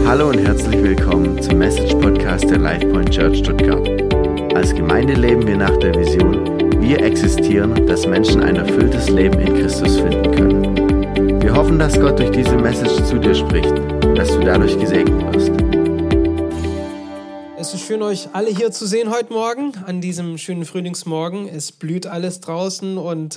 Hallo und herzlich willkommen zum Message-Podcast der LifePoint Church Stuttgart. Als Gemeinde leben wir nach der Vision, wir existieren, dass Menschen ein erfülltes Leben in Christus finden können. Wir hoffen, dass Gott durch diese Message zu dir spricht und dass du dadurch gesegnet wirst. Es ist schön, euch alle hier zu sehen heute Morgen, an diesem schönen Frühlingsmorgen. Es blüht alles draußen und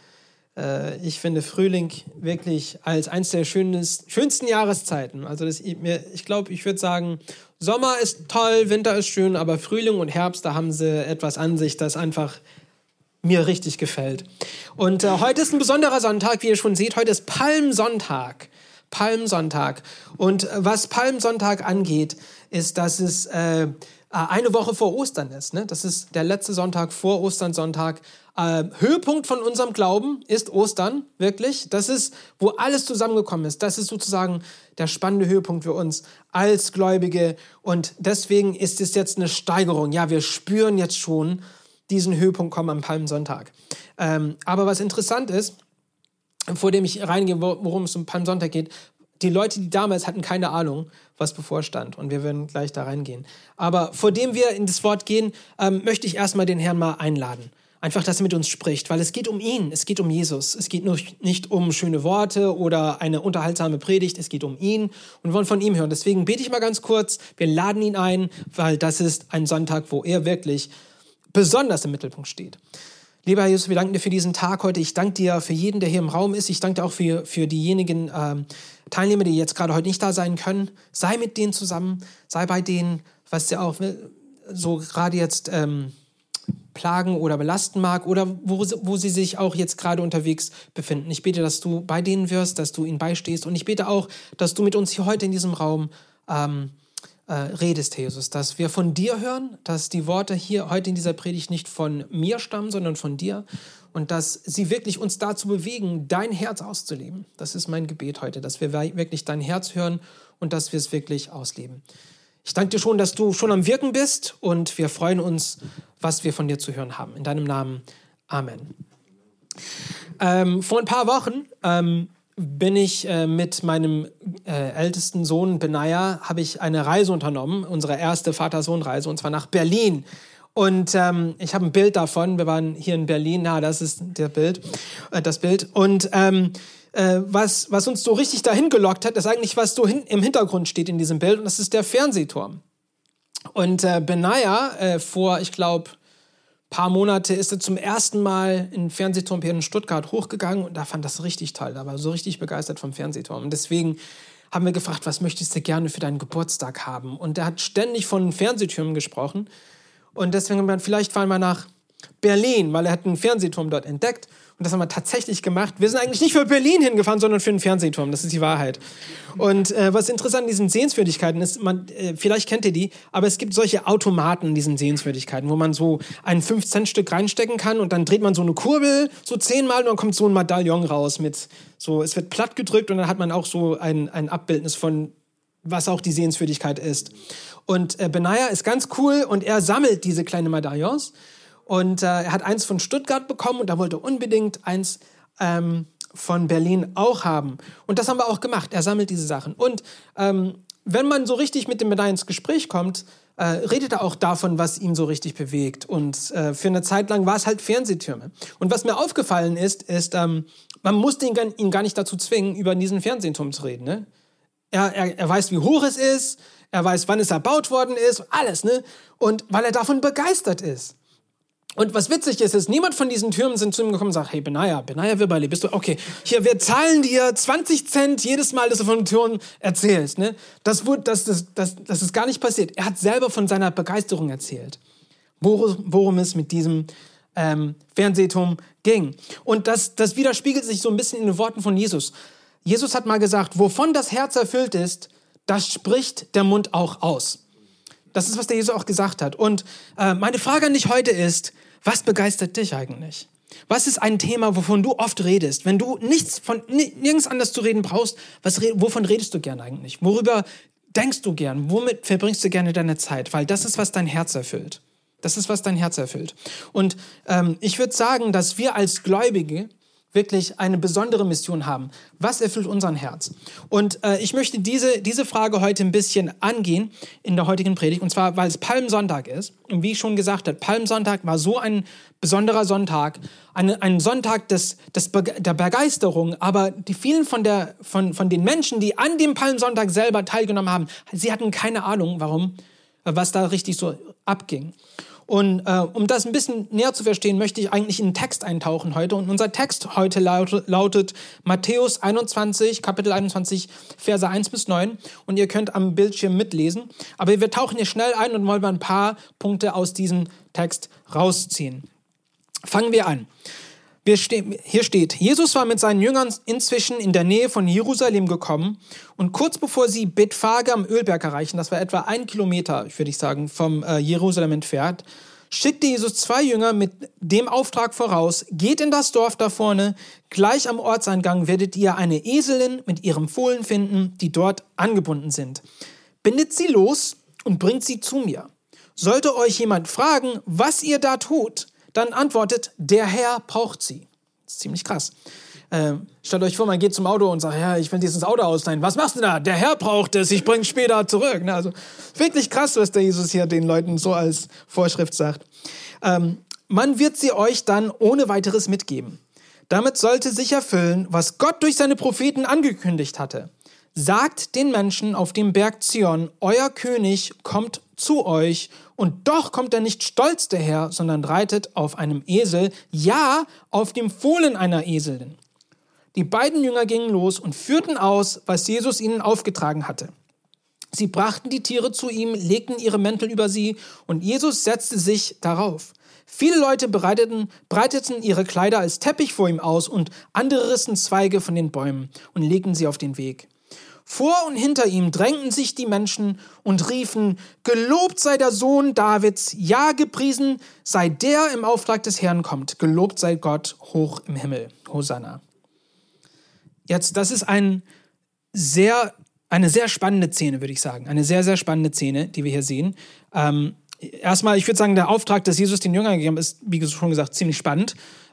ich finde Frühling wirklich als eines der schönsten Jahreszeiten. Also ich glaube, ich würde sagen, Sommer ist toll, Winter ist schön, aber Frühling und Herbst, da haben sie etwas an sich, das einfach mir richtig gefällt. Und heute ist ein besonderer Sonntag, wie ihr schon seht, heute ist Palmsonntag. Palmsonntag. Und was Palmsonntag angeht, ist, dass es eine Woche vor Ostern ist. Ne? Das ist der letzte Sonntag vor Osternsonntag. Höhepunkt von unserem Glauben ist Ostern, wirklich. Das ist, wo alles zusammengekommen ist. Das ist sozusagen der spannende Höhepunkt für uns als Gläubige. Und deswegen ist es jetzt eine Steigerung. Ja, wir spüren jetzt schon diesen Höhepunkt kommen am Palmsonntag. Aber was interessant ist, vor dem ich reingehe, worum es um Palmsonntag geht, die Leute, die damals hatten keine Ahnung, was bevorstand. Und wir werden gleich da reingehen. Aber vor dem wir in das Wort gehen, möchte ich erstmal den Herrn mal einladen. Einfach, dass er mit uns spricht, weil es geht um ihn, es geht um Jesus. Es geht nicht um schöne Worte oder eine unterhaltsame Predigt, es geht um ihn und wir wollen von ihm hören. Deswegen bete ich mal ganz kurz, wir laden ihn ein, weil das ist ein Sonntag, wo er wirklich besonders im Mittelpunkt steht. Lieber Herr Jesus, wir danken dir für diesen Tag heute. Ich danke dir für jeden, der hier im Raum ist. Ich danke dir auch für diejenigen Teilnehmer, die jetzt gerade heute nicht da sein können. Sei mit denen zusammen, sei bei denen, was dir auch so gerade jetzt plagen oder belasten mag oder wo sie sich auch jetzt gerade unterwegs befinden. Ich bete, dass du bei denen wirst, dass du ihnen beistehst und ich bete auch, dass du mit uns hier heute in diesem Raum redest, Jesus, dass wir von dir hören, dass die Worte hier heute in dieser Predigt nicht von mir stammen, sondern von dir und dass sie wirklich uns dazu bewegen, dein Herz auszuleben. Das ist mein Gebet heute, dass wir wirklich dein Herz hören und dass wir es wirklich ausleben. Ich danke dir schon, dass du schon am Wirken bist und wir freuen uns, was wir von dir zu hören haben. In deinem Namen. Amen. Vor ein paar Wochen bin ich mit meinem ältesten Sohn Benaya, habe ich eine Reise unternommen, unsere erste Vater-Sohn-Reise, und zwar nach Berlin. Und ich habe ein Bild davon, wir waren hier in Berlin, das ist das Bild. Und was uns so richtig dahin gelockt hat, ist eigentlich, was so im Hintergrund steht in diesem Bild, und das ist der Fernsehturm. Und Benaya vor, ich glaube, paar Monate ist er zum ersten Mal in den Fernsehturm hier in Stuttgart hochgegangen und da fand das richtig toll. Da war er so richtig begeistert vom Fernsehturm. Und deswegen haben wir gefragt, was möchtest du gerne für deinen Geburtstag haben? Und er hat ständig von Fernsehtürmen gesprochen. Und deswegen haben wir vielleicht fahren wir nach Berlin, weil er hat einen Fernsehturm dort entdeckt. Und das haben wir tatsächlich gemacht. Wir sind eigentlich nicht für Berlin hingefahren, sondern für den Fernsehturm. Das ist die Wahrheit. Und was interessant an diesen Sehenswürdigkeiten ist, vielleicht kennt ihr die, aber es gibt solche Automaten in diesen Sehenswürdigkeiten, wo man so ein 5-Cent-Stück reinstecken kann und dann dreht man so eine Kurbel so 10-mal und dann kommt so ein Medaillon raus mit so, es wird platt gedrückt und dann hat man auch so ein Abbildnis von, was auch die Sehenswürdigkeit ist. Und Benaya ist ganz cool und er sammelt diese kleinen Medaillons. Und er hat eins von Stuttgart bekommen und er wollte unbedingt eins von Berlin auch haben. Und das haben wir auch gemacht. Er sammelt diese Sachen. Und wenn man so richtig mit dem Medaillen ins Gespräch kommt, redet er auch davon, was ihn so richtig bewegt. Und für eine Zeit lang war es halt Fernsehtürme. Und was mir aufgefallen ist, man musste ihn gar nicht dazu zwingen, über diesen Fernsehturm zu reden. Ne? Er weiß, wie hoch es ist, er weiß, wann es erbaut worden ist, alles. Ne? Und weil er davon begeistert ist. Und was witzig ist, niemand von diesen Türmen sind zu ihm gekommen und sagt, hey Benaya Wirberli, bist du, okay, hier, wir zahlen dir 20 Cent jedes Mal, dass du von dem Turm erzählst. Ne? Das ist gar nicht passiert. Er hat selber von seiner Begeisterung erzählt, worum es mit diesem Fernsehturm ging. Und das widerspiegelt sich so ein bisschen in den Worten von Jesus. Jesus hat mal gesagt, wovon das Herz erfüllt ist, das spricht der Mund auch aus. Das ist, was der Jesus auch gesagt hat. Und meine Frage an dich heute ist, was begeistert dich eigentlich? Was ist ein Thema, wovon du oft redest? Wenn du nirgends anders zu reden brauchst, wovon redest du gern eigentlich? Worüber denkst du gern? Womit verbringst du gerne deine Zeit? Weil das ist, was dein Herz erfüllt. Das ist, was dein Herz erfüllt. Und ich würde sagen, dass wir als Gläubige wirklich eine besondere Mission haben? Was erfüllt unseren Herz? Und ich möchte diese Frage heute ein bisschen angehen in der heutigen Predigt. Und zwar, weil es Palmsonntag ist. Und wie ich schon gesagt habe, Palmsonntag war so ein besonderer Sonntag. Ein Sonntag der Begeisterung. Aber die vielen von den Menschen, die an dem Palmsonntag selber teilgenommen haben, sie hatten keine Ahnung, was da richtig so abging. Und um das ein bisschen näher zu verstehen, möchte ich eigentlich in den Text eintauchen heute. Und unser Text heute lautet Matthäus 21, Kapitel 21, Verse 1-9. Und ihr könnt am Bildschirm mitlesen. Aber wir tauchen hier schnell ein und wollen mal ein paar Punkte aus diesem Text rausziehen. Fangen wir an. Hier steht, Jesus war mit seinen Jüngern inzwischen in der Nähe von Jerusalem gekommen und kurz bevor sie Bethphage am Ölberg erreichen, das war etwa 1 Kilometer, würde ich sagen, vom Jerusalem entfernt, schickte Jesus 2 Jünger mit dem Auftrag voraus, geht in das Dorf da vorne, gleich am Ortseingang werdet ihr eine Eselin mit ihrem Fohlen finden, die dort angebunden sind. Bindet sie los und bringt sie zu mir. Sollte euch jemand fragen, was ihr da tut, dann antwortet, der Herr braucht sie. Das ist ziemlich krass. Stellt euch vor, man geht zum Auto und sagt, ja, ich will dieses Auto ausleihen. Was machst du da? Der Herr braucht es, ich bringe es später zurück. Also wirklich krass, was der Jesus hier den Leuten so als Vorschrift sagt. Man wird sie euch dann ohne weiteres mitgeben. Damit sollte sich erfüllen, was Gott durch seine Propheten angekündigt hatte. Sagt den Menschen auf dem Berg Zion, euer König kommt zu euch und doch kommt er nicht stolz daher, sondern reitet auf einem Esel, ja, auf dem Fohlen einer Eselin. Die beiden Jünger gingen los und führten aus, was Jesus ihnen aufgetragen hatte. Sie brachten die Tiere zu ihm, legten ihre Mäntel über sie und Jesus setzte sich darauf. Viele Leute breiteten ihre Kleider als Teppich vor ihm aus und andere rissen Zweige von den Bäumen und legten sie auf den Weg. Vor und hinter ihm drängten sich die Menschen und riefen, gelobt sei der Sohn Davids, ja, gepriesen sei der im Auftrag des Herrn kommt, gelobt sei Gott hoch im Himmel. Hosanna. Jetzt, das ist eine sehr spannende Szene, würde ich sagen. Eine sehr, sehr spannende Szene, die wir hier sehen. Erstmal, ich würde sagen, der Auftrag, dass Jesus den Jüngern gegeben hat, ist, wie schon gesagt, ziemlich spannend.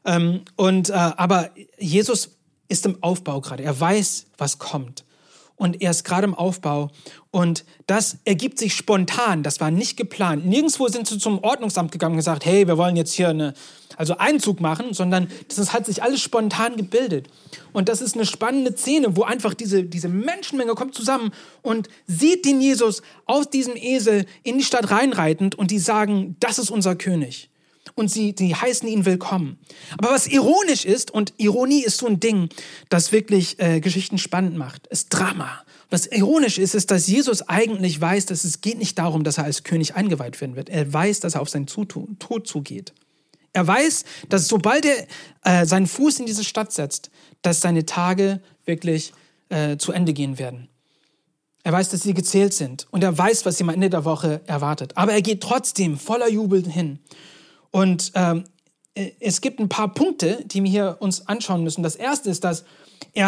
Aber Jesus ist im Aufbau gerade. Er weiß, was kommt. Und er ist gerade im Aufbau. Und das ergibt sich spontan. Das war nicht geplant. Nirgendwo sind sie zum Ordnungsamt gegangen und gesagt, hey, wir wollen jetzt hier Einzug machen, sondern das hat sich alles spontan gebildet. Und das ist eine spannende Szene, wo einfach diese Menschenmenge kommt zusammen und sieht den Jesus auf diesem Esel in die Stadt reinreitend und die sagen, das ist unser König. Und die heißen ihn willkommen. Aber was ironisch ist, und Ironie ist so ein Ding, das wirklich Geschichten spannend macht, ist Drama. Was ironisch ist, dass Jesus eigentlich weiß, dass es geht nicht darum, dass er als König eingeweiht werden wird. Er weiß, dass er auf seinen Tod zugeht. Er weiß, dass sobald er seinen Fuß in diese Stadt setzt, dass seine Tage wirklich zu Ende gehen werden. Er weiß, dass sie gezählt sind. Und er weiß, was ihm am Ende der Woche erwartet. Aber er geht trotzdem voller Jubel hin. Und es gibt ein paar Punkte, die wir hier uns anschauen müssen. Das erste ist, dass er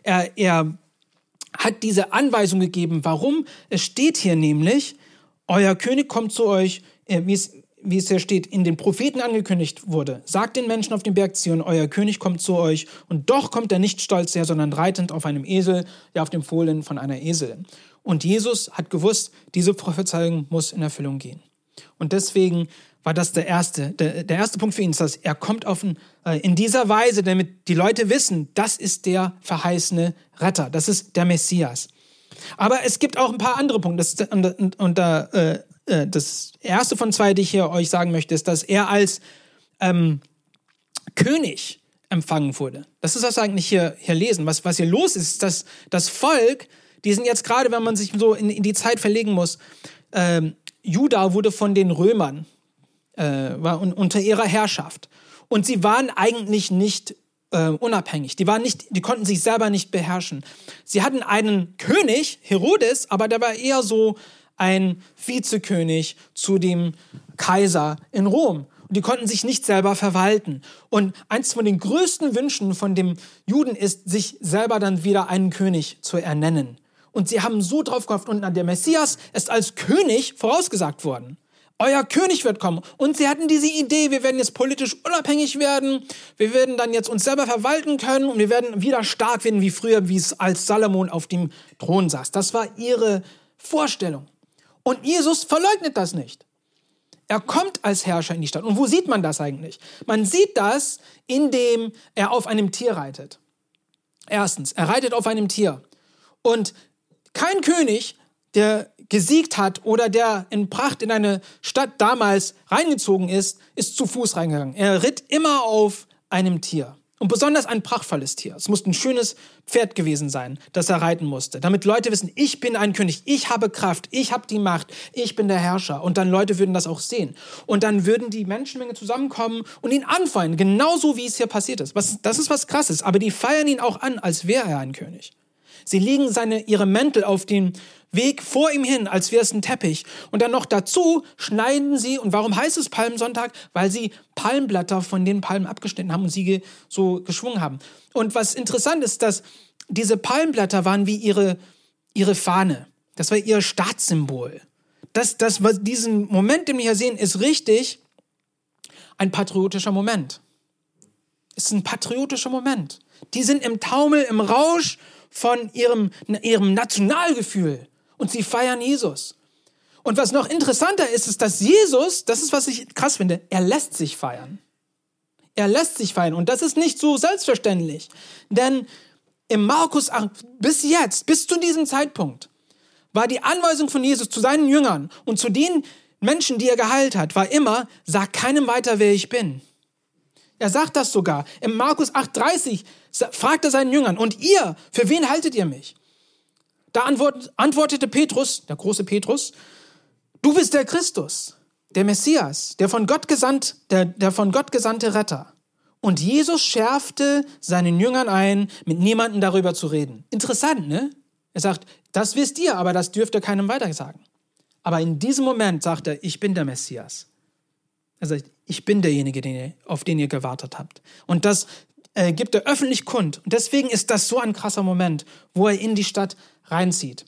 hat diese Anweisung gegeben, warum. Es steht hier nämlich, euer König kommt zu euch, wie es hier steht, in den Propheten angekündigt wurde. Sagt den Menschen auf dem Berg Zion, euer König kommt zu euch. Und doch kommt er nicht stolz her, sondern reitend auf einem Esel, ja auf dem Fohlen von einer Eselin. Und Jesus hat gewusst, diese Prophezeiung muss in Erfüllung gehen. Und deswegen war das der erste Punkt für ihn, dass er kommt in dieser Weise, damit die Leute wissen, das ist der verheißene Retter, das ist der Messias. Aber es gibt auch ein paar andere Punkte. Das erste von 2, die ich hier euch sagen möchte, ist, dass er als König empfangen wurde. Das ist, was wir eigentlich hier lesen. Was hier los ist, dass das Volk, die sind jetzt gerade, wenn man sich so in die Zeit verlegen muss, Juda wurde von den Römern war unter ihrer Herrschaft. Und sie waren eigentlich nicht unabhängig. Die konnten sich selber nicht beherrschen. Sie hatten einen König, Herodes, aber der war eher so ein Vizekönig zu dem Kaiser in Rom. Und die konnten sich nicht selber verwalten. Und eins von den größten Wünschen von dem Juden ist, sich selber dann wieder einen König zu ernennen. Und sie haben so drauf gehofft. Und der Messias ist als König vorausgesagt worden. euer König wird kommen. Und sie hatten diese Idee, wir werden jetzt politisch unabhängig werden, wir werden dann jetzt uns selber verwalten können und wir werden wieder stark werden wie früher, wie es als Salomon auf dem Thron saß. Das war ihre Vorstellung. Und Jesus verleugnet das nicht. Er kommt als Herrscher in die Stadt. Und wo sieht man das eigentlich? Man sieht das, indem er auf einem Tier reitet. Erstens, er reitet auf einem Tier. Und kein König, der gesiegt hat oder der in Pracht in eine Stadt damals reingezogen ist, ist zu Fuß reingegangen. Er ritt immer auf einem Tier. Und besonders ein prachtvolles Tier. Es musste ein schönes Pferd gewesen sein, das er reiten musste. Damit Leute wissen, ich bin ein König, ich habe Kraft, ich habe die Macht, ich bin der Herrscher. Und dann Leute würden das auch sehen. Und dann würden die Menschenmenge zusammenkommen und ihn anfeuern, genauso wie es hier passiert ist. Das ist was Krasses, aber die feiern ihn auch an, als wäre er ein König. Sie legen ihre Mäntel auf den Weg vor ihm hin, als wäre es ein Teppich. Und dann noch dazu schneiden sie, und warum heißt es Palmsonntag? Weil sie Palmblätter von den Palmen abgeschnitten haben und sie so geschwungen haben. Und was interessant ist, dass diese Palmblätter waren wie ihre Fahne. Das war ihr Staatssymbol. Was diesen Moment, den wir hier sehen, ist richtig ein patriotischer Moment. Es ist ein patriotischer Moment. Die sind im Taumel, im Rausch von ihrem Nationalgefühl. Und sie feiern Jesus. Und was noch interessanter ist, ist, dass Jesus, das ist, was ich krass finde, er lässt sich feiern. Er lässt sich feiern. Und das ist nicht so selbstverständlich. Denn im Markus 8, bis zu diesem Zeitpunkt, war die Anweisung von Jesus zu seinen Jüngern und zu den Menschen, die er geheilt hat, war immer, sag keinem weiter, wer ich bin. Er sagt das sogar. Im Markus 8,30 fragt er seinen Jüngern, und ihr, für wen haltet ihr mich? Da antwortete Petrus, der große Petrus, du bist der Christus, der Messias, der von Gott gesandte Retter. Und Jesus schärfte seinen Jüngern ein, mit niemandem darüber zu reden. Interessant, ne? Er sagt, das wisst ihr, aber das dürft ihr keinem weitersagen. Aber in diesem Moment sagt er, ich bin der Messias. Er sagt, ich bin derjenige, auf den ihr gewartet habt. Und das gibt er öffentlich kund. Und deswegen ist das so ein krasser Moment, wo er in die Stadt reinzieht.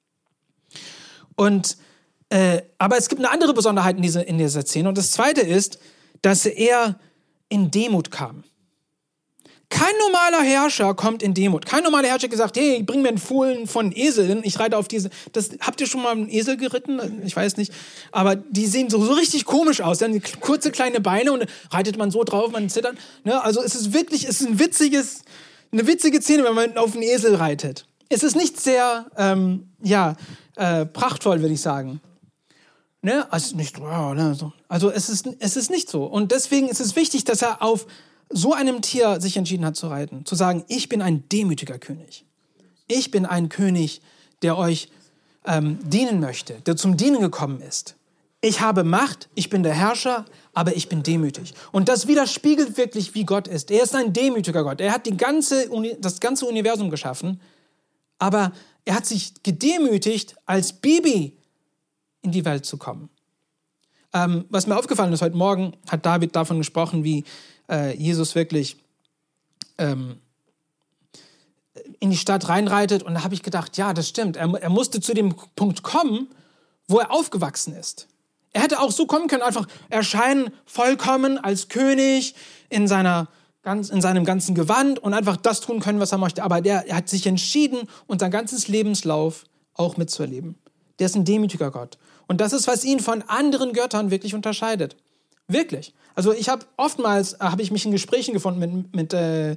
Aber es gibt eine andere Besonderheit in dieser Szene. Und das Zweite ist, dass er in Demut kam. Kein normaler Herrscher kommt in Demut. Kein normaler Herrscher hat gesagt, hey, bring mir einen Fohlen von Eseln, ich reite auf diese. Habt ihr schon mal einen Esel geritten? Ich weiß nicht. Aber die sehen so richtig komisch aus. Dann kurze kleine Beine und reitet man so drauf, man zittert. Ne? Also es ist eine witzige Szene, wenn man auf einen Esel reitet. Es ist nicht sehr prachtvoll, würde ich sagen. Ne? Also nicht wow, ne? So. Also es ist nicht so. Und deswegen ist es wichtig, dass er auf so einem Tier sich entschieden hat zu reiten. Zu sagen, ich bin ein demütiger König. Ich bin ein König, der euch dienen möchte, der zum Dienen gekommen ist. Ich habe Macht, ich bin der Herrscher, aber ich bin demütig. Und das widerspiegelt wirklich, wie Gott ist. Er ist ein demütiger Gott. Er hat das ganze Universum geschaffen, aber er hat sich gedemütigt, als Baby in die Welt zu kommen. Was mir aufgefallen ist, heute Morgen hat David davon gesprochen, wie Jesus wirklich in die Stadt reinreitet. Und da habe ich gedacht, ja, das stimmt. Er musste zu dem Punkt kommen, wo er aufgewachsen ist. Er hätte auch so kommen können, einfach erscheinen vollkommen als König in seinem ganzen Gewand und einfach das tun können, was er möchte. Aber er hat sich entschieden, unser ganzes Lebenslauf auch mitzuerleben. Der ist ein demütiger Gott. Und das ist, was ihn von anderen Göttern wirklich unterscheidet. Wirklich. Also oftmals habe ich mich in Gesprächen gefunden mit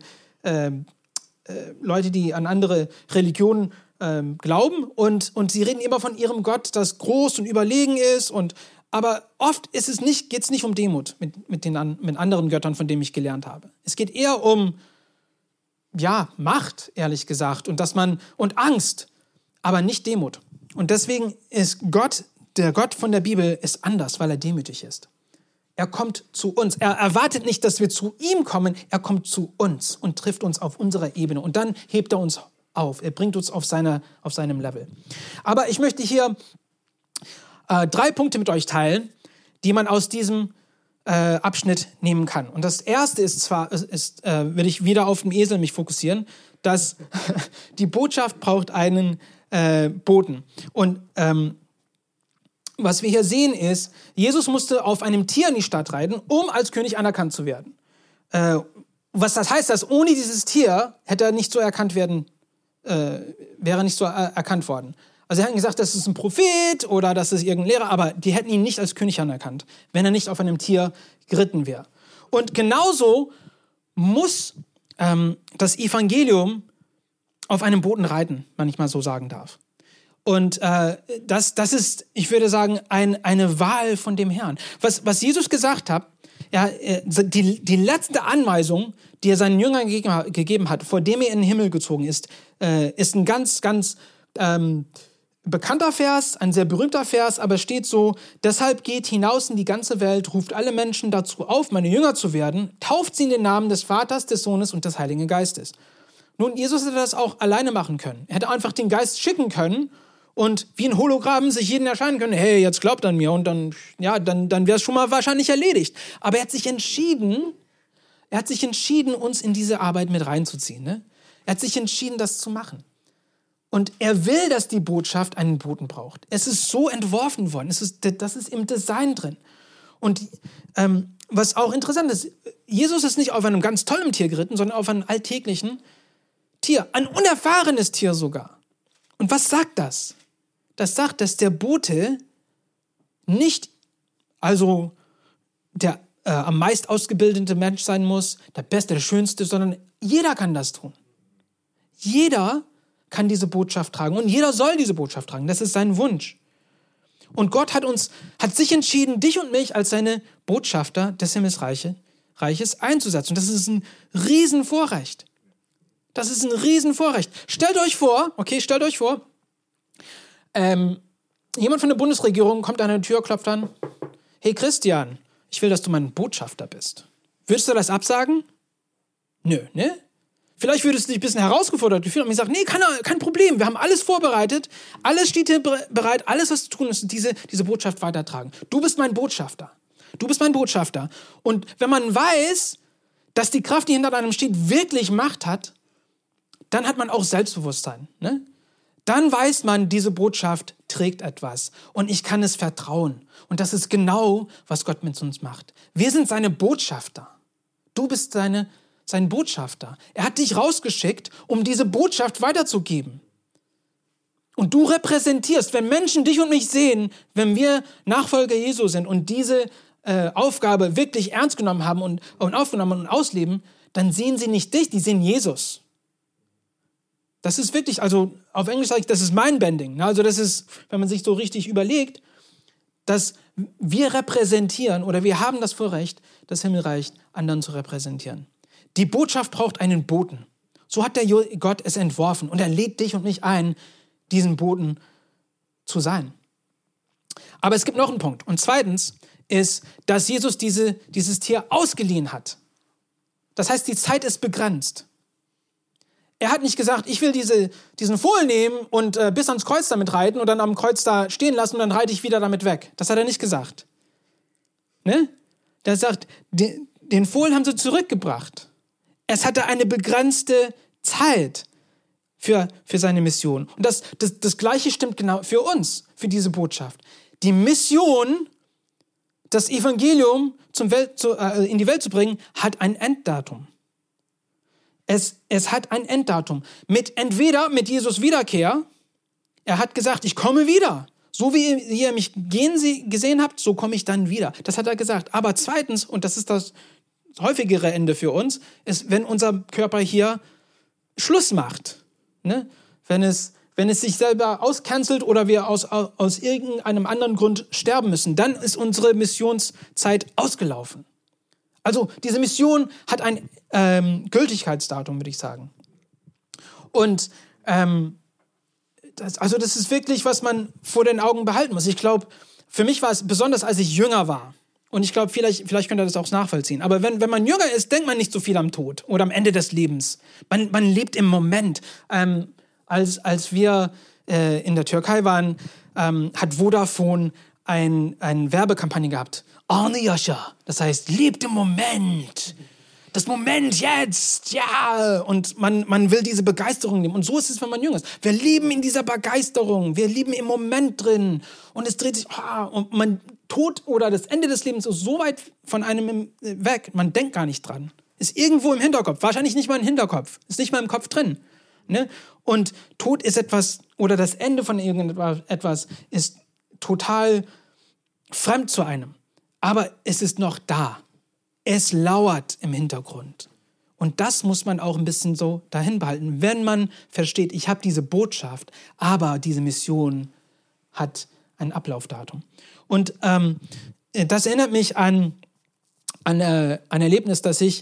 Leute, die an andere Religionen glauben und sie reden immer von ihrem Gott, das groß und überlegen ist. Aber oft geht es nicht um Demut mit anderen Göttern, von denen ich gelernt habe. Es geht eher um Macht, ehrlich gesagt, und Angst, aber nicht Demut. Und deswegen ist Gott, der Gott von der Bibel, ist anders, weil er demütig ist. Er kommt zu uns. Er erwartet nicht, dass wir zu ihm kommen. Er kommt zu uns und trifft uns auf unserer Ebene. Und dann hebt er uns auf. Er bringt uns auf seinem Level. Aber ich möchte hier 3 Punkte mit euch teilen, die man aus diesem Abschnitt nehmen kann. Und das erste will ich wieder auf den Esel mich fokussieren, dass die Botschaft braucht einen Boten. Und was wir hier sehen ist, Jesus musste auf einem Tier in die Stadt reiten, um als König anerkannt zu werden. Was das heißt, dass ohne dieses Tier hätte er nicht so erkannt werden, wäre nicht so erkannt worden. Also sie hätten gesagt, das ist ein Prophet oder das ist irgendein Lehrer, aber die hätten ihn nicht als König anerkannt, wenn er nicht auf einem Tier geritten wäre. Und genauso muss das Evangelium auf einem Boten reiten, wenn ich mal so sagen darf. Und das ist, ich würde sagen, eine Wahl von dem Herrn. Was Jesus gesagt hat, ja, die letzte Anweisung, die er seinen Jüngern gegeben hat, vor dem er in den Himmel gezogen ist ein ganz, ganz bekannter Vers, ein sehr berühmter Vers, aber es steht so: Deshalb geht hinaus in die ganze Welt, ruft alle Menschen dazu auf, meine Jünger zu werden, tauft sie in den Namen des Vaters, des Sohnes und des Heiligen Geistes. Nun, Jesus hätte das auch alleine machen können. Er hätte einfach den Geist schicken können und wie ein Hologramm sich jedem erscheinen können, hey, jetzt glaubt an mir, und dann wäre es schon mal wahrscheinlich erledigt. Aber er hat sich entschieden, uns in diese Arbeit mit reinzuziehen. Ne? Er hat sich entschieden, das zu machen. Und er will, dass die Botschaft einen Boten braucht. Es ist so entworfen worden. Das ist im Design drin. Und was auch interessant ist, Jesus ist nicht auf einem ganz tollen Tier geritten, sondern auf einem alltäglichen Tier. Ein unerfahrenes Tier sogar. Und was sagt das? Das sagt, dass der Bote nicht also der am meist ausgebildete Mensch sein muss, der Beste, der Schönste, sondern jeder kann das tun. Jeder kann diese Botschaft tragen und jeder soll diese Botschaft tragen. Das ist sein Wunsch. Und Gott hat sich entschieden, dich und mich als seine Botschafter des Himmelsreiches einzusetzen. Und das ist ein Riesenvorrecht. Das ist ein Riesenvorrecht. Stellt euch vor, jemand von der Bundesregierung kommt an eine Tür, klopft an. Hey Christian, ich will, dass du mein Botschafter bist. Würdest du das absagen? Nö, ne? Vielleicht würdest du dich ein bisschen herausgefordert fühlen und mir sagen, nee, kein Problem, wir haben alles vorbereitet, alles steht hier bereit, alles, was zu tun ist, diese Botschaft weitertragen. Du bist mein Botschafter. Du bist mein Botschafter. Und wenn man weiß, dass die Kraft, die hinter einem steht, wirklich Macht hat, dann hat man auch Selbstbewusstsein. Ne? Dann weiß man, diese Botschaft trägt etwas und ich kann es vertrauen. Und das ist genau, was Gott mit uns macht. Wir sind seine Botschafter. Du bist sein Botschafter. Er hat dich rausgeschickt, um diese Botschaft weiterzugeben. Und du repräsentierst, wenn Menschen dich und mich sehen, wenn wir Nachfolger Jesu sind und diese Aufgabe wirklich ernst genommen haben und aufgenommen und ausleben, dann sehen sie nicht dich, die sehen Jesus. Das ist wirklich, also auf Englisch sage ich, das ist Mindbending. Also das ist, wenn man sich so richtig überlegt, dass wir repräsentieren oder wir haben das Vorrecht, das Himmelreich anderen zu repräsentieren. Die Botschaft braucht einen Boten. So hat der Gott es entworfen und er lädt dich und mich ein, diesen Boten zu sein. Aber es gibt noch einen Punkt. Und zweitens ist, dass Jesus dieses Tier ausgeliehen hat. Das heißt, die Zeit ist begrenzt. Er hat nicht gesagt, ich will diesen Fohlen nehmen und bis ans Kreuz damit reiten und dann am Kreuz da stehen lassen und dann reite ich wieder damit weg. Das hat er nicht gesagt. Ne? Der sagt, den Fohlen haben sie zurückgebracht. Es hatte eine begrenzte Zeit für seine Mission. Und das Gleiche stimmt genau für uns, für diese Botschaft. Die Mission, das Evangelium in die Welt zu bringen, hat ein Enddatum. Es hat ein Enddatum. Entweder mit Jesus Wiederkehr, er hat gesagt, ich komme wieder. So wie ihr mich gesehen habt, so komme ich dann wieder. Das hat er gesagt. Aber zweitens, und das ist das häufigere Ende für uns, ist, wenn unser Körper hier Schluss macht. Ne? Wenn es sich selber auscancelt oder wir aus irgendeinem anderen Grund sterben müssen, dann ist unsere Missionszeit ausgelaufen. Also diese Mission hat ein Gültigkeitsdatum, würde ich sagen. Und das ist wirklich, was man vor den Augen behalten muss. Ich glaube, für mich war es besonders, als ich jünger war. Und ich glaube, vielleicht könnt ihr das auch nachvollziehen. Aber wenn man jünger ist, denkt man nicht so viel am Tod oder am Ende des Lebens. Man lebt im Moment. Als wir in der Türkei waren, hat Vodafone eine Werbekampagne gehabt. Anı yaşa. Das heißt, lebt im Moment. das Moment jetzt, ja. Und man will diese Begeisterung nehmen. Und so ist es, wenn man jung ist. Wir leben in dieser Begeisterung. Wir leben im Moment drin. Und es dreht sich, und man Tod oder das Ende des Lebens ist so weit von einem weg. Man denkt gar nicht dran. Ist irgendwo im Hinterkopf. Wahrscheinlich nicht mal im Hinterkopf. Ist nicht mal im Kopf drin. Ne? Und Tod ist etwas, oder das Ende von irgendetwas ist total fremd zu einem. Aber es ist noch da. Es lauert im Hintergrund. Und das muss man auch ein bisschen so dahin behalten, wenn man versteht, ich habe diese Botschaft, aber diese Mission hat ein Ablaufdatum. Und das erinnert mich an ein Erlebnis, das ich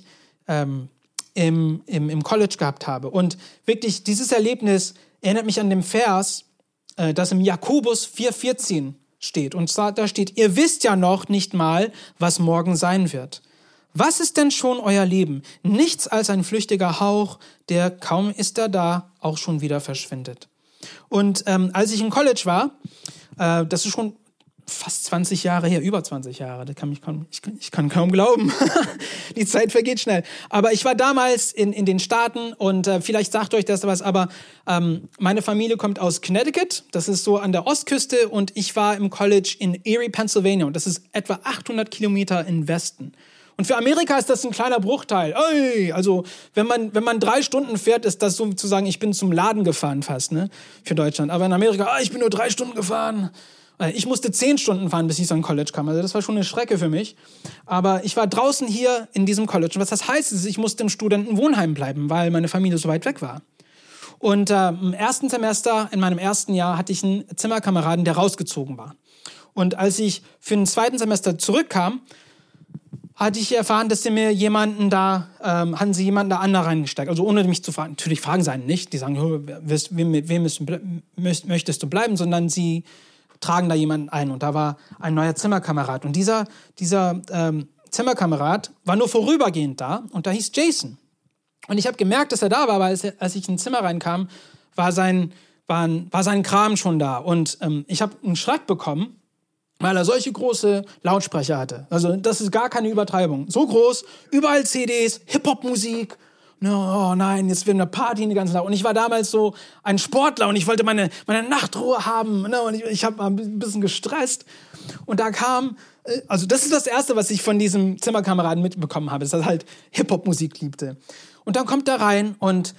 im College gehabt habe. Und wirklich, dieses Erlebnis erinnert mich an den Vers, das im Jakobus 4,14 steht. Und zwar, da steht, ihr wisst ja noch nicht mal, was morgen sein wird. Was ist denn schon euer Leben? Nichts als ein flüchtiger Hauch, der kaum ist er da, auch schon wieder verschwindet. Und als ich im College war, das ist schon fast 20 Jahre her, über 20 Jahre, ich kann kaum glauben. Die Zeit vergeht schnell. Aber ich war damals in den Staaten und vielleicht sagt euch das was, aber meine Familie kommt aus Connecticut, das ist so an der Ostküste, und ich war im College in Erie, Pennsylvania, und das ist etwa 800 Kilometer im Westen. Und für Amerika ist das ein kleiner Bruchteil. Ey, also wenn man 3 Stunden fährt, ist das sozusagen, ich bin zum Laden gefahren fast, ne, für Deutschland. Aber in Amerika, ich bin nur 3 Stunden gefahren. Ich musste 10 Stunden fahren, bis ich so ein College kam. Also das war schon eine Strecke für mich. Aber ich war draußen hier in diesem College. Und was das heißt, ist, ich musste im Studentenwohnheim bleiben, weil meine Familie so weit weg war. Und im ersten Semester, in meinem ersten Jahr, hatte ich einen Zimmerkameraden, der rausgezogen war. Und als ich für ein zweites Semester zurückkam, hatte ich erfahren, dass sie mir jemanden da anderen reingesteckt. Also ohne mich zu fragen. Natürlich fragen sie einen nicht. Die sagen, mit wem möchtest du bleiben? Sondern sie tragen da jemanden ein. Und da war ein neuer Zimmerkamerad. Und dieser Zimmerkamerad war nur vorübergehend da. Und da hieß Jason. Und ich habe gemerkt, dass er da war, aber als ich ins Zimmer reinkam, war sein Kram schon da. Und ich habe einen Schreck bekommen, weil er solche große Lautsprecher hatte. Also das ist gar keine Übertreibung. So groß, überall CDs, Hip-Hop-Musik. Oh nein, jetzt wird eine Party in die ganze Nacht. Und ich war damals so ein Sportler und ich wollte meine Nachtruhe haben. Und ich habe mal ein bisschen gestresst. Und da kam, also das ist das Erste, was ich von diesem Zimmerkameraden mitbekommen habe, dass er halt Hip-Hop-Musik liebte. Und dann kommt er rein und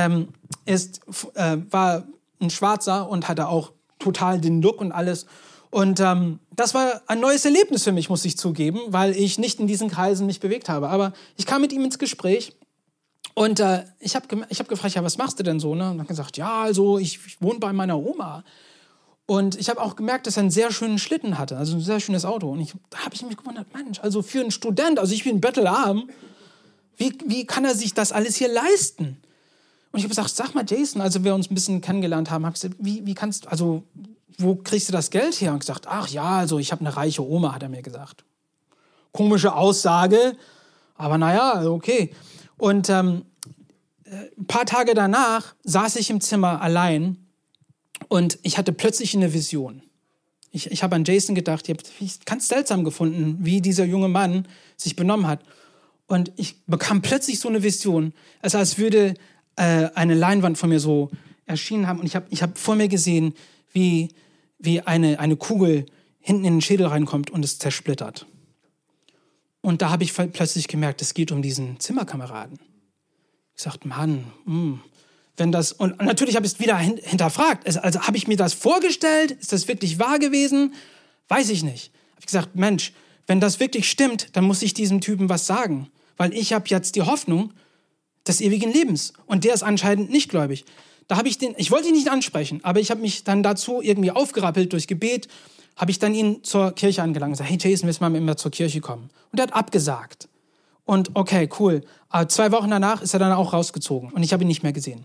war ein Schwarzer und hatte auch total den Look und alles. Und das war ein neues Erlebnis für mich, muss ich zugeben, weil ich nicht in diesen Kreisen mich bewegt habe. Aber ich kam mit ihm ins Gespräch und ich hab gefragt, ja, was machst du denn so? Ne? Und er hat gesagt, ja, also ich wohne bei meiner Oma. Und ich habe auch gemerkt, dass er einen sehr schönen Schlitten hatte, also ein sehr schönes Auto. Und da habe ich mich gewundert, Mensch, also für einen Student, also ich bin bettelarm, wie kann er sich das alles hier leisten? Und ich habe gesagt, sag mal, Jason, also wir uns ein bisschen kennengelernt haben, habe ich gesagt, wie kannst du, also wo kriegst du das Geld her? Und gesagt, ach ja, also ich habe eine reiche Oma, hat er mir gesagt. Komische Aussage, aber naja, okay. Und ein paar Tage danach saß ich im Zimmer allein und ich hatte plötzlich eine Vision. Ich habe an Jason gedacht, ich habe es ganz seltsam gefunden, wie dieser junge Mann sich benommen hat. Und ich bekam plötzlich so eine Vision, als würde eine Leinwand von mir so erschienen haben. Und ich hab vor mir gesehen, wie eine Kugel hinten in den Schädel reinkommt und es zersplittert. Und da habe ich plötzlich gemerkt, es geht um diesen Zimmerkameraden. Ich sagte, Mann, wenn das... Und natürlich habe ich es wieder hinterfragt. Also habe ich mir das vorgestellt? Ist das wirklich wahr gewesen? Weiß ich nicht. Habe ich gesagt, Mensch, wenn das wirklich stimmt, dann muss ich diesem Typen was sagen. Weil ich habe jetzt die Hoffnung des ewigen Lebens. Und der ist anscheinend nicht gläubig. Ich wollte ihn nicht ansprechen, aber ich habe mich dann dazu irgendwie aufgerappelt durch Gebet, habe ich dann ihn zur Kirche angelangt und gesagt, hey Jason, willst du mal mit mir zur Kirche kommen? Und er hat abgesagt. Und okay, cool. Aber 2 Wochen danach ist er dann auch rausgezogen und ich habe ihn nicht mehr gesehen.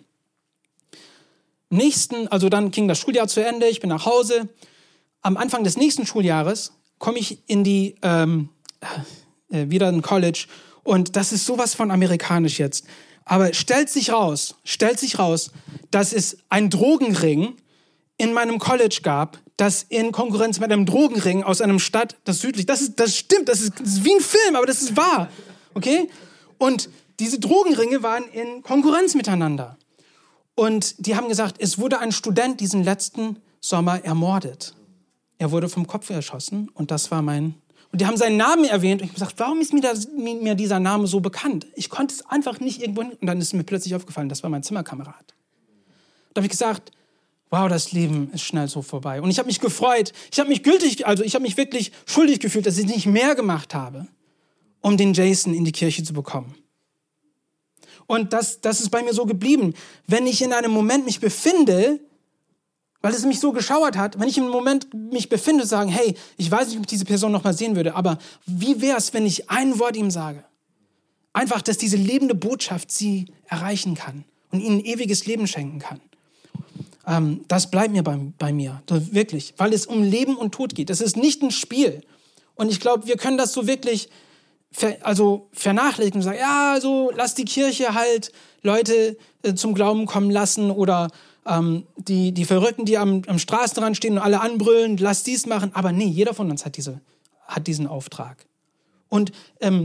Also dann ging das Schuljahr zu Ende, ich bin nach Hause. Am Anfang des nächsten Schuljahres komme ich in wieder in College und das ist sowas von amerikanisch jetzt. Aber stellt sich raus, dass es einen Drogenring in meinem College gab, das in Konkurrenz mit einem Drogenring aus einem Stadt, das stimmt, das ist wie ein Film, aber das ist wahr, okay? Und diese Drogenringe waren in Konkurrenz miteinander. Und die haben gesagt, es wurde ein Student diesen letzten Sommer ermordet. Er wurde vom Kopf erschossen und das war Und die haben seinen Namen erwähnt und ich habe gesagt, warum ist mir dieser Name so bekannt? Ich konnte es einfach nicht irgendwo hin. Und dann ist mir plötzlich aufgefallen, das war mein Zimmerkamerad. Da habe ich gesagt, wow, das Leben ist schnell so vorbei. Und ich habe mich gefreut. Ich habe mich wirklich schuldig gefühlt, dass ich nicht mehr gemacht habe, um den Jason in die Kirche zu bekommen. Und das ist bei mir so geblieben. Wenn ich in einem Moment mich befinde, weil es mich so geschauert hat, wenn ich im Moment mich befinde, sagen, hey, ich weiß nicht, ob ich diese Person noch mal sehen würde, aber wie wäre es, wenn ich ein Wort ihm sage? Einfach, dass diese lebende Botschaft sie erreichen kann und ihnen ewiges Leben schenken kann. Das bleibt mir bei mir, wirklich, weil es um Leben und Tod geht. Das ist nicht ein Spiel. Und ich glaube, wir können das so wirklich vernachlässigen und sagen, ja, also lass die Kirche halt Leute zum Glauben kommen lassen oder die Verrückten, die am Straßenrand stehen und alle anbrüllen, lass dies machen. Aber nee, jeder von uns hat diesen Auftrag. Und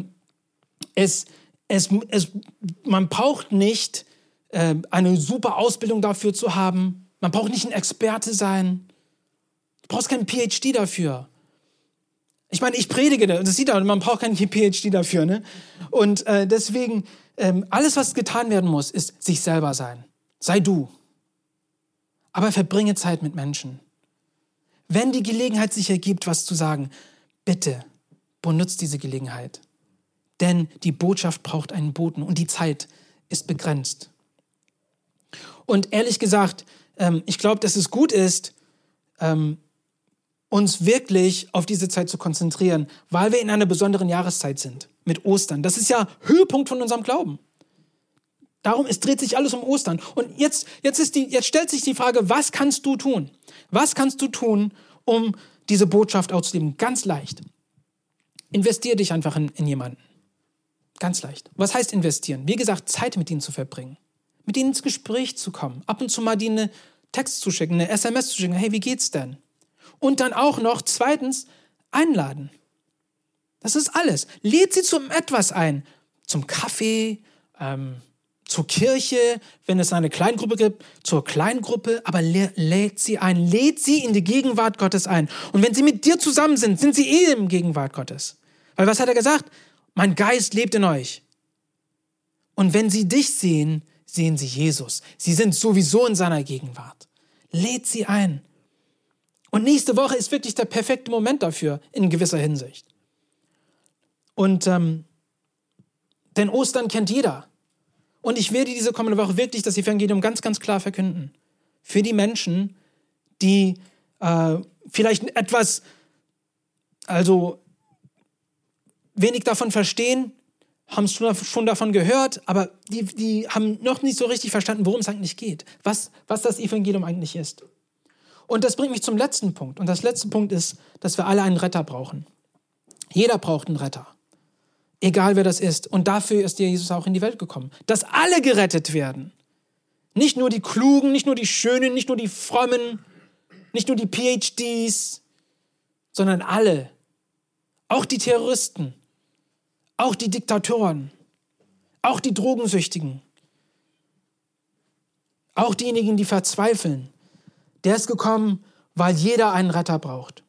man braucht nicht eine super Ausbildung dafür zu haben. Man braucht nicht ein Experte sein. Du brauchst keinen PhD dafür. Ich meine, ich predige, das sieht man, man braucht keinen PhD dafür. Ne? Und deswegen, alles, was getan werden muss, ist sich selber sein. Sei du. Aber verbringe Zeit mit Menschen. Wenn die Gelegenheit sich ergibt, was zu sagen, bitte benutzt diese Gelegenheit. Denn die Botschaft braucht einen Boten und die Zeit ist begrenzt. Und ehrlich gesagt, ich glaube, dass es gut ist, uns wirklich auf diese Zeit zu konzentrieren, weil wir in einer besonderen Jahreszeit sind, mit Ostern. Das ist ja Höhepunkt von unserem Glauben. Darum, es dreht sich alles um Ostern. Und jetzt stellt sich die Frage, was kannst du tun? Was kannst du tun, um diese Botschaft auszuleben? Ganz leicht. Investiere dich einfach in jemanden. Ganz leicht. Was heißt investieren? Wie gesagt, Zeit mit ihnen zu verbringen. Mit ihnen ins Gespräch zu kommen. Ab und zu mal die eine Text zu schicken, eine SMS zu schicken. Hey, wie geht's denn? Und dann auch noch, zweitens, einladen. Das ist alles. Lädt sie zum etwas ein. Zum Kaffee, zur Kirche, wenn es eine Kleingruppe gibt, zur Kleingruppe, aber lädt sie ein. Lädt sie in die Gegenwart Gottes ein. Und wenn sie mit dir zusammen sind sie in Gegenwart Gottes. Weil was hat er gesagt? Mein Geist lebt in euch. Und wenn sie dich sehen, sehen sie Jesus. Sie sind sowieso in seiner Gegenwart. Lädt sie ein. Und nächste Woche ist wirklich der perfekte Moment dafür, in gewisser Hinsicht. Und denn Ostern kennt jeder. Und ich werde diese kommende Woche wirklich das Evangelium ganz, ganz klar verkünden. Für die Menschen, die vielleicht etwas, wenig davon verstehen, haben es schon davon gehört, aber die haben noch nicht so richtig verstanden, worum es eigentlich geht, was das Evangelium eigentlich ist. Und das bringt mich zum letzten Punkt. Und das letzte Punkt ist, dass wir alle einen Retter brauchen. Jeder braucht einen Retter. Egal wer das ist. Und dafür ist Jesus auch in die Welt gekommen. Dass alle gerettet werden. Nicht nur die Klugen, nicht nur die Schönen, nicht nur die Frommen, nicht nur die PhDs, sondern alle. Auch die Terroristen. Auch die Diktatoren. Auch die Drogensüchtigen. Auch diejenigen, die verzweifeln. Der ist gekommen, weil jeder einen Retter braucht.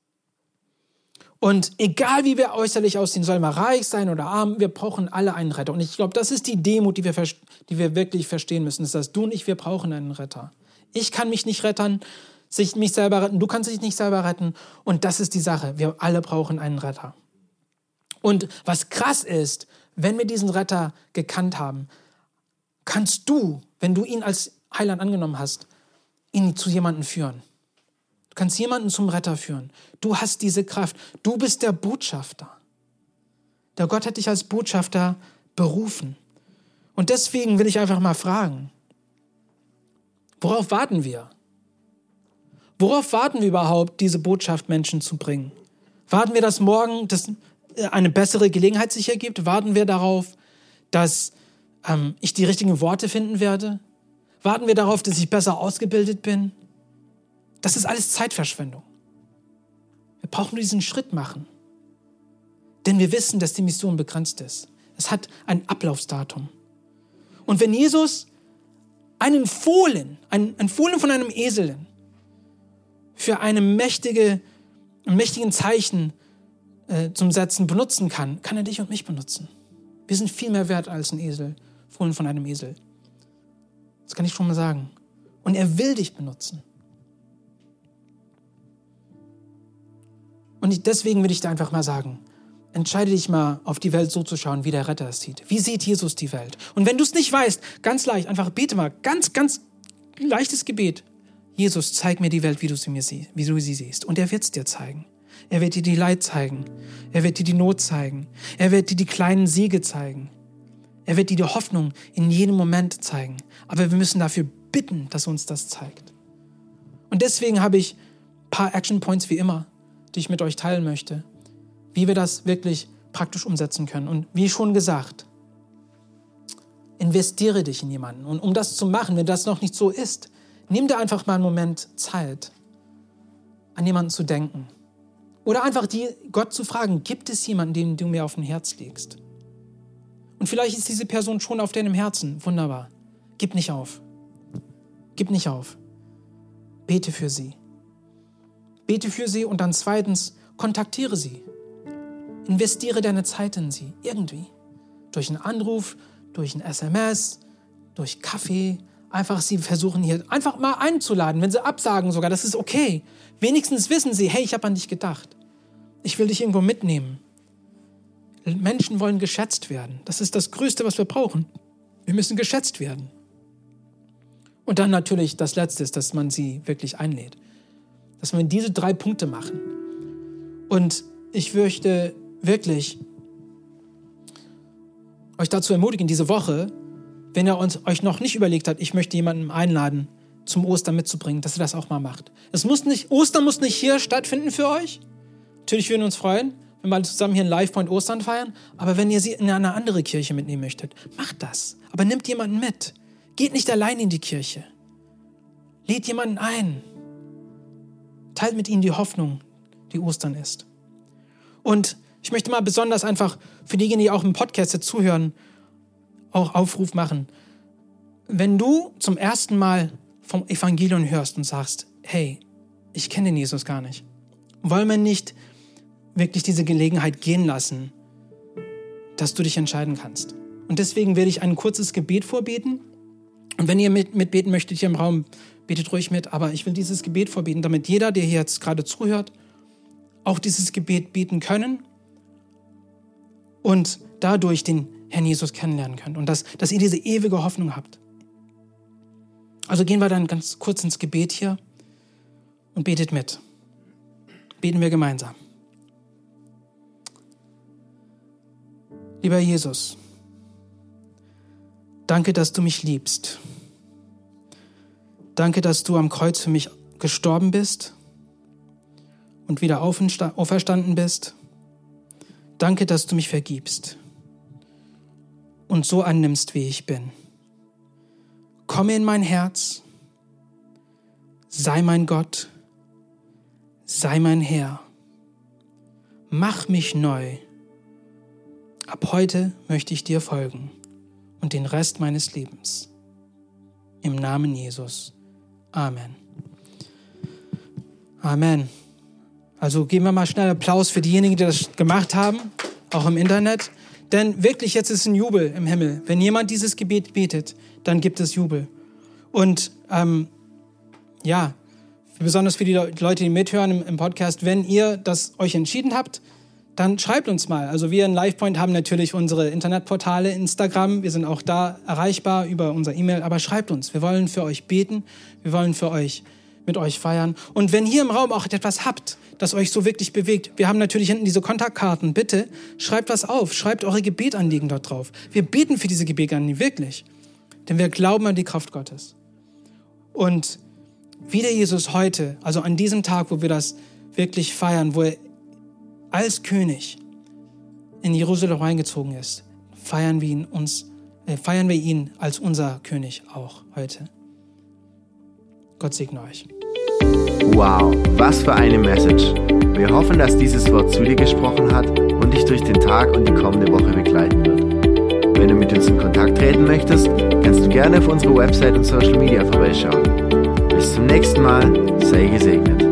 Und egal wie wir äußerlich aussehen, soll man reich sein oder arm, wir brauchen alle einen Retter. Und ich glaube, das ist die Demut, die wir wirklich verstehen müssen, ist, dass du und ich, wir brauchen einen Retter. Ich kann mich nicht retten, mich selber retten, du kannst dich nicht selber retten. Und das ist die Sache, wir alle brauchen einen Retter. Und was krass ist, wenn wir diesen Retter gekannt haben, kannst du, wenn du ihn als Heiland angenommen hast, ihn zu jemandem führen. Du kannst jemanden zum Retter führen. Du hast diese Kraft. Du bist der Botschafter. Der Gott hat dich als Botschafter berufen. Und deswegen will ich einfach mal fragen, worauf warten wir? Worauf warten wir überhaupt, diese Botschaft Menschen zu bringen? Warten wir, dass morgen eine bessere Gelegenheit sich ergibt? Warten wir darauf, dass ich die richtigen Worte finden werde? Warten wir darauf, dass ich besser ausgebildet bin? Das ist alles Zeitverschwendung. Wir brauchen nur diesen Schritt machen. Denn wir wissen, dass die Mission begrenzt ist. Es hat ein Ablaufsdatum. Und wenn Jesus einen Fohlen von einem Esel für ein mächtigen Zeichen zum Setzen benutzen kann, kann er dich und mich benutzen. Wir sind viel mehr wert als ein Esel, Fohlen von einem Esel. Das kann ich schon mal sagen. Und er will dich benutzen. Und deswegen will ich dir einfach mal sagen, entscheide dich mal, auf die Welt so zu schauen, wie der Retter es sieht. Wie sieht Jesus die Welt? Und wenn du es nicht weißt, ganz leicht, einfach bete mal, ganz leichtes Gebet. Jesus, zeig mir die Welt, wie du sie siehst. Und er wird es dir zeigen. Er wird dir die Leid zeigen. Er wird dir die Not zeigen. Er wird dir die kleinen Siege zeigen. Er wird dir die Hoffnung in jedem Moment zeigen. Aber wir müssen dafür bitten, dass er uns das zeigt. Und deswegen habe ich ein paar Action Points wie immer, die ich mit euch teilen möchte, wie wir das wirklich praktisch umsetzen können. Und wie schon gesagt, investiere dich in jemanden. Und um das zu machen, wenn das noch nicht so ist, nimm dir einfach mal einen Moment Zeit, an jemanden zu denken. Oder einfach Gott zu fragen, gibt es jemanden, den du mir auf dem Herz legst? Und vielleicht ist diese Person schon auf deinem Herzen. Wunderbar. Gib nicht auf. Gib nicht auf. Bete für sie. Bete für sie und dann zweitens, kontaktiere sie. Investiere deine Zeit in sie. Irgendwie. Durch einen Anruf, durch ein SMS, durch Kaffee. Einfach sie versuchen hier einfach mal einzuladen. Wenn sie absagen sogar, das ist okay. Wenigstens wissen sie, hey, ich habe an dich gedacht. Ich will dich irgendwo mitnehmen. Menschen wollen geschätzt werden. Das ist das Größte, was wir brauchen. Wir müssen geschätzt werden. Und dann natürlich das Letzte ist, dass man sie wirklich einlädt. Dass wir diese 3 Punkte machen. Und ich möchte wirklich euch dazu ermutigen, diese Woche, wenn ihr euch noch nicht überlegt habt, ich möchte jemanden einladen, zum Ostern mitzubringen, dass ihr das auch mal macht. Ostern muss nicht hier stattfinden für euch. Natürlich würden wir uns freuen, wenn wir alle zusammen hier in LifePoint Ostern feiern. Aber wenn ihr sie in eine andere Kirche mitnehmen möchtet, macht das. Aber nehmt jemanden mit. Geht nicht allein in die Kirche. Lädt jemanden ein. Teilt mit ihnen die Hoffnung, die Ostern ist. Und ich möchte mal besonders einfach für diejenigen, die auch im Podcast jetzt zuhören, auch Aufruf machen. Wenn du zum ersten Mal vom Evangelium hörst und sagst, hey, ich kenne den Jesus gar nicht, wollen wir nicht wirklich diese Gelegenheit gehen lassen, dass du dich entscheiden kannst. Und deswegen werde ich ein kurzes Gebet vorbeten. Und wenn ihr mitbeten möchtet hier im Raum, betet ruhig mit. Aber ich will dieses Gebet vorbeten, damit jeder, der hier jetzt gerade zuhört, auch dieses Gebet beten können und dadurch den Herrn Jesus kennenlernen könnt. Und dass ihr diese ewige Hoffnung habt. Also gehen wir dann ganz kurz ins Gebet hier und betet mit. Beten wir gemeinsam. Lieber Jesus, danke, dass du mich liebst. Danke, dass du am Kreuz für mich gestorben bist und wieder auferstanden bist. Danke, dass du mich vergibst und so annimmst, wie ich bin. Komme in mein Herz, sei mein Gott, sei mein Herr. Mach mich neu. Ab heute möchte ich dir folgen und den Rest meines Lebens. Im Namen Jesus. Amen. Amen. Also geben wir mal schnell Applaus für diejenigen, die das gemacht haben, auch im Internet. Denn wirklich, jetzt ist ein Jubel im Himmel. Wenn jemand dieses Gebet betet, dann gibt es Jubel. Und besonders für die Leute, die mithören im Podcast, wenn ihr das euch entschieden habt, dann schreibt uns mal. Also wir in LifePoint haben natürlich unsere Internetportale, Instagram. Wir sind auch da erreichbar über unser E-Mail. Aber schreibt uns. Wir wollen für euch beten. Wir wollen mit euch feiern. Und wenn ihr im Raum auch etwas habt, das euch so wirklich bewegt, wir haben natürlich hinten diese Kontaktkarten. Bitte schreibt was auf. Schreibt eure Gebetanliegen dort drauf. Wir beten für diese Gebetanliegen wirklich. Denn wir glauben an die Kraft Gottes. Und wie der Jesus heute, also an diesem Tag, wo wir das wirklich feiern, wo er als König in Jerusalem reingezogen ist, feiern wir ihn als unser König auch heute. Gott segne euch. Wow, was für eine Message. Wir hoffen, dass dieses Wort zu dir gesprochen hat und dich durch den Tag und die kommende Woche begleiten wird. Kontakt treten möchtest, kannst du gerne auf unsere Website und Social Media vorbeischauen. Bis zum nächsten Mal, sei gesegnet.